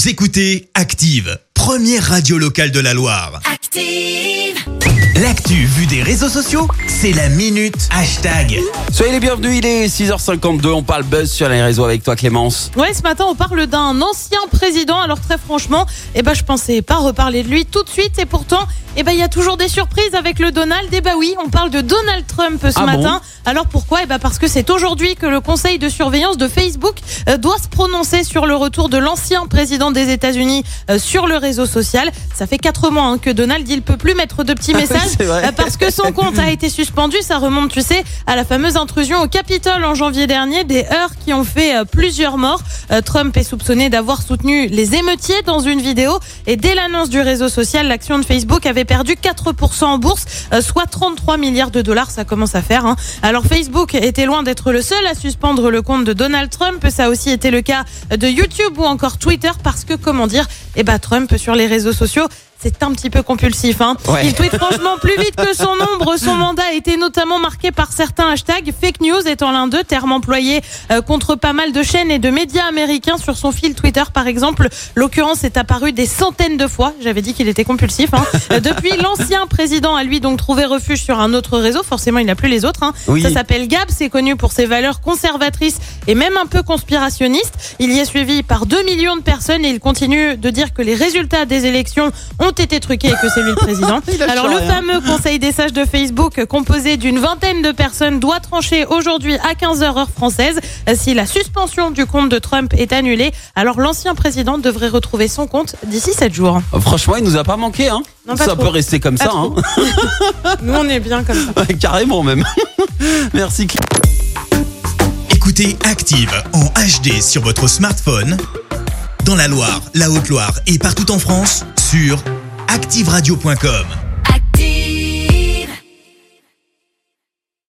Vous écoutez Active, première radio locale de la Loire. Active. L'actu vue des réseaux sociaux, c'est la minute hashtag. Soyez les bienvenus, il est 6h52, on parle buzz sur les réseaux avec toi Clémence. Ouais, ce matin on parle d'un ancien président, alors très franchement, je pensais pas reparler de lui tout de suite et pourtant, il y a toujours des surprises avec le Donald. Oui, on parle de Donald Trump ce matin. Bon, alors pourquoi ? Parce que c'est aujourd'hui que le conseil de surveillance de Facebook doit se prononcer sur le retour de l'ancien président des États-Unis sur le réseau social. Ça fait 4 mois que Donald, il peut plus mettre de petits messages parce que son compte a été suspendu. Ça remonte, tu sais, à la fameuse intrusion au Capitole en janvier dernier, des heurts qui ont fait plusieurs morts. Trump est soupçonné d'avoir soutenu les émeutiers dans une vidéo et dès l'annonce du réseau social, l'action de Facebook avait perdu 4% en bourse, soit 33 milliards de dollars, ça commence à faire. Alors Facebook était loin d'être le seul à suspendre le compte de Donald Trump, ça a aussi été le cas de YouTube ou encore Twitter parce que, Trump sur les réseaux sociaux, c'est un petit peu compulsif. Ouais. Il tweet franchement plus vite que son ombre. Son mandat a été notamment marqué par certains hashtags, fake news étant l'un d'eux, terme employé contre pas mal de chaînes et de médias américains sur son fil Twitter par exemple. L'occurrence est apparue des centaines de fois. J'avais dit qu'il était compulsif. Depuis, l'ancien président a lui donc trouvé refuge sur un autre réseau. Forcément, il n'a plus les autres. Oui. Ça s'appelle Gab. C'est connu pour ses valeurs conservatrices et même un peu conspirationnistes. Il y est suivi par 2 millions de personnes et il continue de dire que les résultats des élections ont été truqués et que c'est lui le président. Alors le fameux conseil des sages de Facebook, composé d'une vingtaine de personnes, doit trancher aujourd'hui à 15h heure française. Si la suspension du compte de Trump est annulée, alors l'ancien président devrait retrouver son compte d'ici 7 jours. Franchement, il nous a pas manqué. Non, pas ça trop. peut rester comme Pas ça. trop. Nous on est bien comme ça. Ouais, carrément même. Merci. Écoutez Active en HD sur votre smartphone, dans la Loire, la Haute-Loire et partout en France, sur activeradio.com.